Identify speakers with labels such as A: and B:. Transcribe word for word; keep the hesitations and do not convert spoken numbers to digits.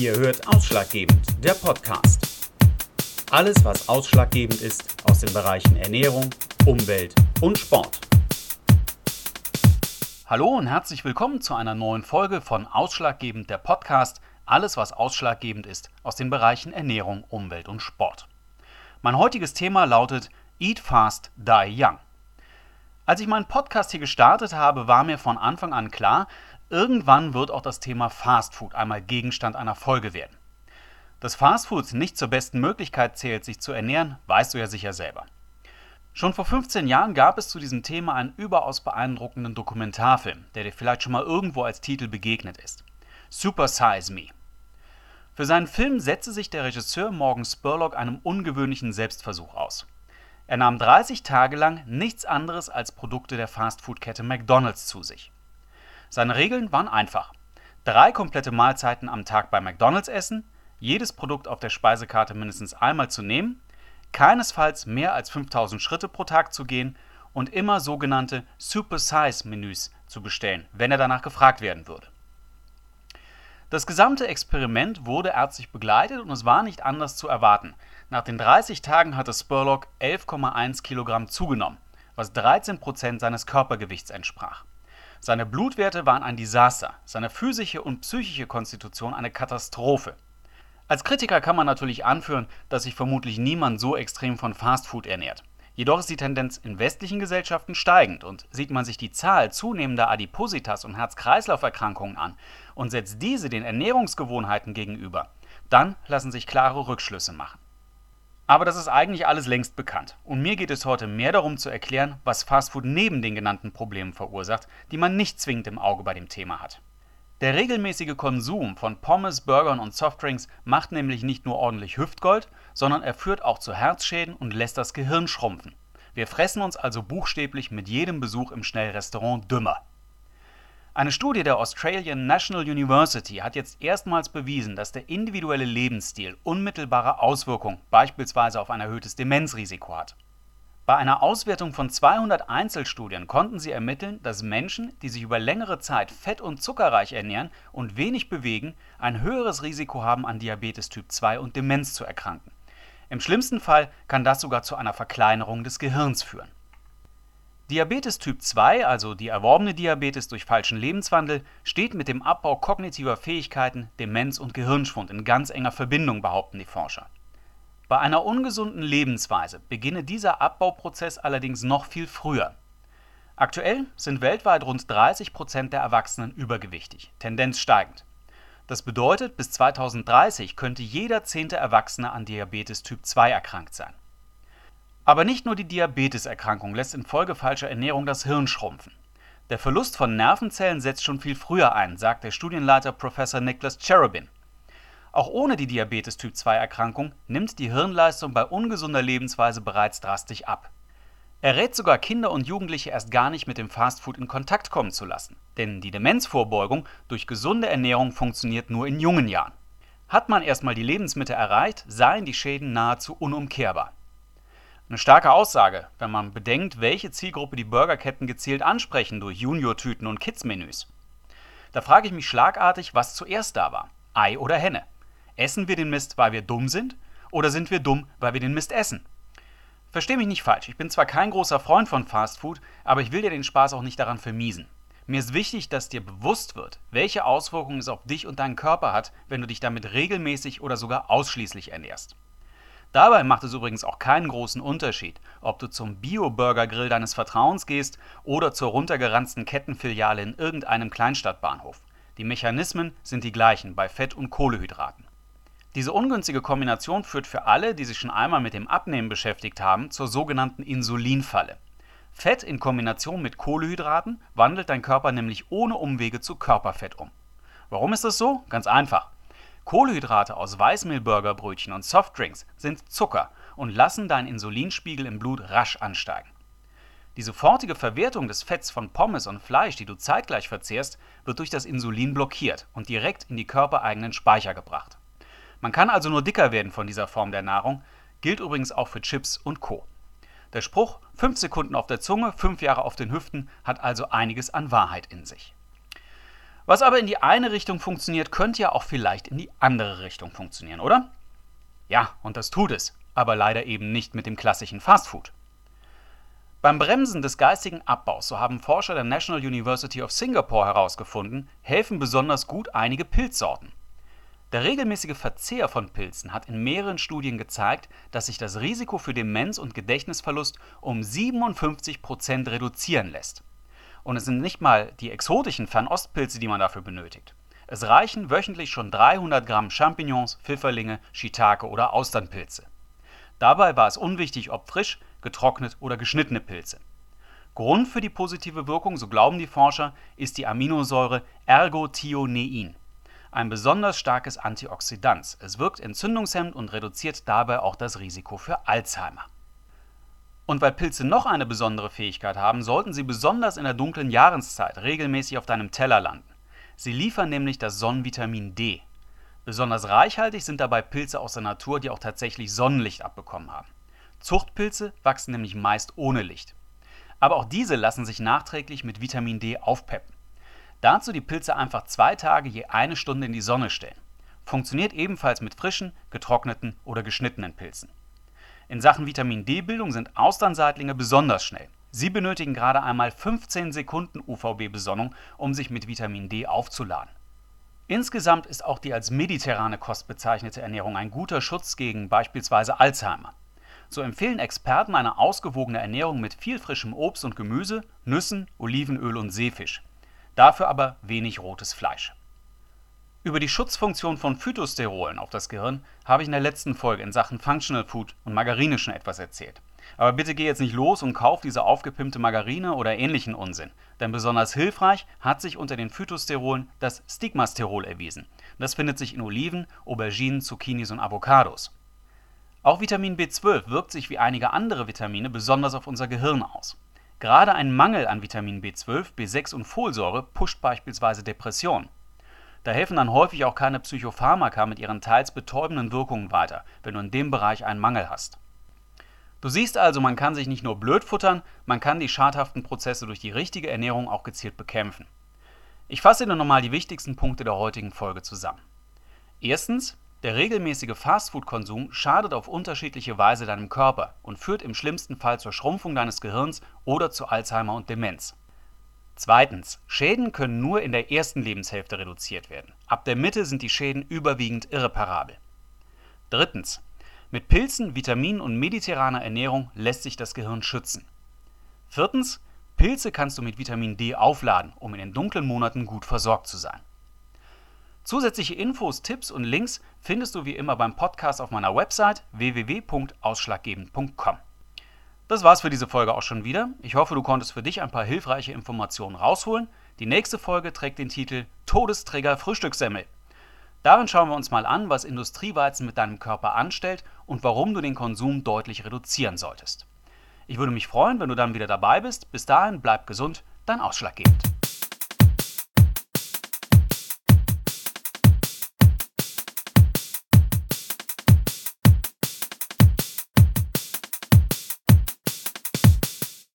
A: Ihr hört Ausschlaggebend, der Podcast. Alles, was ausschlaggebend ist aus den Bereichen Ernährung, Umwelt und Sport. Hallo und herzlich willkommen zu einer neuen Folge von Ausschlaggebend, der Podcast. Alles, was ausschlaggebend ist aus den Bereichen Ernährung, Umwelt und Sport. Mein heutiges Thema lautet Eat Fast, Die Young. Als ich meinen Podcast hier gestartet habe, war mir von Anfang an klar, irgendwann wird auch das Thema Fastfood einmal Gegenstand einer Folge werden. Dass Fastfood nicht zur besten Möglichkeit zählt, sich zu ernähren, weißt du ja sicher selber. Schon vor fünfzehn Jahren gab es zu diesem Thema einen überaus beeindruckenden Dokumentarfilm, der dir vielleicht schon mal irgendwo als Titel begegnet ist. Super Size Me. Für seinen Film setzte sich der Regisseur Morgan Spurlock einem ungewöhnlichen Selbstversuch aus. Er nahm dreißig Tage lang nichts anderes als Produkte der Fastfood-Kette McDonald's zu sich. Seine Regeln waren einfach. Drei komplette Mahlzeiten am Tag bei McDonald's essen, jedes Produkt auf der Speisekarte mindestens einmal zu nehmen, keinesfalls mehr als fünftausend Schritte pro Tag zu gehen und immer sogenannte Super-Size-Menüs zu bestellen, wenn er danach gefragt werden würde. Das gesamte Experiment wurde ärztlich begleitet und es war nicht anders zu erwarten. Nach den dreißig Tagen hatte Spurlock elf Komma eins Kilogramm zugenommen, was dreizehn Prozent seines Körpergewichts entsprach. Seine Blutwerte waren ein Desaster, seine physische und psychische Konstitution eine Katastrophe. Als Kritiker kann man natürlich anführen, dass sich vermutlich niemand so extrem von Fastfood ernährt. Jedoch ist die Tendenz in westlichen Gesellschaften steigend und sieht man sich die Zahl zunehmender Adipositas und Herz-Kreislauf-Erkrankungen an und setzt diese den Ernährungsgewohnheiten gegenüber, dann lassen sich klare Rückschlüsse machen. Aber das ist eigentlich alles längst bekannt und mir geht es heute mehr darum zu erklären, was Fastfood neben den genannten Problemen verursacht, die man nicht zwingend im Auge bei dem Thema hat. Der regelmäßige Konsum von Pommes, Burgern und Softdrinks macht nämlich nicht nur ordentlich Hüftgold, sondern er führt auch zu Herzschäden und lässt das Gehirn schrumpfen. Wir fressen uns also buchstäblich mit jedem Besuch im Schnellrestaurant dümmer. Eine Studie der Australian National University hat jetzt erstmals bewiesen, dass der individuelle Lebensstil unmittelbare Auswirkungen beispielsweise auf ein erhöhtes Demenzrisiko hat. Bei einer Auswertung von zweihundert Einzelstudien konnten sie ermitteln, dass Menschen, die sich über längere Zeit fett- und zuckerreich ernähren und wenig bewegen, ein höheres Risiko haben, an Diabetes Typ zwei und Demenz zu erkranken. Im schlimmsten Fall kann das sogar zu einer Verkleinerung des Gehirns führen. Diabetes Typ zwei, also die erworbene Diabetes durch falschen Lebenswandel, steht mit dem Abbau kognitiver Fähigkeiten, Demenz und Gehirnschwund in ganz enger Verbindung, behaupten die Forscher. Bei einer ungesunden Lebensweise beginne dieser Abbauprozess allerdings noch viel früher. Aktuell sind weltweit rund dreißig Prozent der Erwachsenen übergewichtig, Tendenz steigend. Das bedeutet, bis zweitausenddreißig könnte jeder zehnte Erwachsene an Diabetes Typ zwei erkrankt sein. Aber nicht nur die Diabeteserkrankung lässt infolge falscher Ernährung das Hirn schrumpfen. Der Verlust von Nervenzellen setzt schon viel früher ein, sagt der Studienleiter Professor Nicholas Cherubin. Auch ohne die Diabetes Typ zwei Erkrankung nimmt die Hirnleistung bei ungesunder Lebensweise bereits drastisch ab. Er rät sogar Kinder und Jugendliche erst gar nicht mit dem Fastfood in Kontakt kommen zu lassen, denn die Demenzvorbeugung durch gesunde Ernährung funktioniert nur in jungen Jahren. Hat man erstmal die Lebensmitte erreicht, seien die Schäden nahezu unumkehrbar. Eine starke Aussage, wenn man bedenkt, welche Zielgruppe die Burgerketten gezielt ansprechen durch Junior-Tüten und Kids-Menüs. Da frage ich mich schlagartig, was zuerst da war, Ei oder Henne. Essen wir den Mist, weil wir dumm sind, oder sind wir dumm, weil wir den Mist essen? Versteh mich nicht falsch, ich bin zwar kein großer Freund von Fastfood, aber ich will dir den Spaß auch nicht daran vermiesen. Mir ist wichtig, dass dir bewusst wird, welche Auswirkungen es auf dich und deinen Körper hat, wenn du dich damit regelmäßig oder sogar ausschließlich ernährst. Dabei macht es übrigens auch keinen großen Unterschied, ob du zum Bio-Burger-Grill deines Vertrauens gehst oder zur runtergeranzten Kettenfiliale in irgendeinem Kleinstadtbahnhof. Die Mechanismen sind die gleichen bei Fett- und Kohlenhydraten. Diese ungünstige Kombination führt für alle, die sich schon einmal mit dem Abnehmen beschäftigt haben, zur sogenannten Insulinfalle. Fett in Kombination mit Kohlenhydraten wandelt dein Körper nämlich ohne Umwege zu Körperfett um. Warum ist das so? Ganz einfach. Kohlenhydrate aus Weißmehlburgerbrötchen und Softdrinks sind Zucker und lassen deinen Insulinspiegel im Blut rasch ansteigen. Die sofortige Verwertung des Fetts von Pommes und Fleisch, die du zeitgleich verzehrst, wird durch das Insulin blockiert und direkt in die körpereigenen Speicher gebracht. Man kann also nur dicker werden von dieser Form der Nahrung, gilt übrigens auch für Chips und Co. Der Spruch, fünf Sekunden auf der Zunge, fünf Jahre auf den Hüften, hat also einiges an Wahrheit in sich. Was aber in die eine Richtung funktioniert, könnte ja auch vielleicht in die andere Richtung funktionieren, oder? Ja, und das tut es, aber leider eben nicht mit dem klassischen Fastfood. Beim Bremsen des geistigen Abbaus, so haben Forscher der National University of Singapore herausgefunden, helfen besonders gut einige Pilzsorten. Der regelmäßige Verzehr von Pilzen hat in mehreren Studien gezeigt, dass sich das Risiko für Demenz und Gedächtnisverlust um siebenundfünfzig Prozent reduzieren lässt. Und es sind nicht mal die exotischen Fernostpilze, die man dafür benötigt. Es reichen wöchentlich schon dreihundert Gramm Champignons, Pfifferlinge, Shiitake oder Austernpilze. Dabei war es unwichtig, ob frisch, getrocknet oder geschnittene Pilze. Grund für die positive Wirkung, so glauben die Forscher, ist die Aminosäure Ergothionein, ein besonders starkes Antioxidant. Es wirkt entzündungshemmend und reduziert dabei auch das Risiko für Alzheimer. Und weil Pilze noch eine besondere Fähigkeit haben, sollten sie besonders in der dunklen Jahreszeit regelmäßig auf deinem Teller landen. Sie liefern nämlich das Sonnenvitamin D. Besonders reichhaltig sind dabei Pilze aus der Natur, die auch tatsächlich Sonnenlicht abbekommen haben. Zuchtpilze wachsen nämlich meist ohne Licht. Aber auch diese lassen sich nachträglich mit Vitamin D aufpeppen. Dazu die Pilze einfach zwei Tage je eine Stunde in die Sonne stellen. Funktioniert ebenfalls mit frischen, getrockneten oder geschnittenen Pilzen. In Sachen Vitamin D-Bildung sind Austernseitlinge besonders schnell. Sie benötigen gerade einmal fünfzehn Sekunden U V B-Besonnung, um sich mit Vitamin D aufzuladen. Insgesamt ist auch die als mediterrane Kost bezeichnete Ernährung ein guter Schutz gegen beispielsweise Alzheimer. So empfehlen Experten eine ausgewogene Ernährung mit viel frischem Obst und Gemüse, Nüssen, Olivenöl und Seefisch. Dafür aber wenig rotes Fleisch. Über die Schutzfunktion von Phytosterolen auf das Gehirn habe ich in der letzten Folge in Sachen Functional Food und Margarine schon etwas erzählt. Aber bitte geh jetzt nicht los und kauf diese aufgepimpte Margarine oder ähnlichen Unsinn. Denn besonders hilfreich hat sich unter den Phytosterolen das Stigmasterol erwiesen. Das findet sich in Oliven, Auberginen, Zucchinis und Avocados. Auch Vitamin B zwölf wirkt sich wie einige andere Vitamine besonders auf unser Gehirn aus. Gerade ein Mangel an Vitamin B zwölf, B sechs und Folsäure pusht beispielsweise Depressionen. Da helfen dann häufig auch keine Psychopharmaka mit ihren teils betäubenden Wirkungen weiter, wenn du in dem Bereich einen Mangel hast. Du siehst also, man kann sich nicht nur blöd futtern, man kann die schadhaften Prozesse durch die richtige Ernährung auch gezielt bekämpfen. Ich fasse dir nochmal die wichtigsten Punkte der heutigen Folge zusammen. Erstens, der regelmäßige Fastfood-Konsum schadet auf unterschiedliche Weise deinem Körper und führt im schlimmsten Fall zur Schrumpfung deines Gehirns oder zu Alzheimer und Demenz. Zweitens, Schäden können nur in der ersten Lebenshälfte reduziert werden. Ab der Mitte sind die Schäden überwiegend irreparabel. Drittens, mit Pilzen, Vitaminen und mediterraner Ernährung lässt sich das Gehirn schützen. Viertens, Pilze kannst du mit Vitamin D aufladen, um in den dunklen Monaten gut versorgt zu sein. Zusätzliche Infos, Tipps und Links findest du wie immer beim Podcast auf meiner Website w w w punkt ausschlaggebend punkt com. Das war's für diese Folge auch schon wieder. Ich hoffe, du konntest für dich ein paar hilfreiche Informationen rausholen. Die nächste Folge trägt den Titel Todesträger Frühstückssemmel. Darin schauen wir uns mal an, was Industrieweizen mit deinem Körper anstellt und warum du den Konsum deutlich reduzieren solltest. Ich würde mich freuen, wenn du dann wieder dabei bist. Bis dahin, bleib gesund, dein Ausschlaggebend.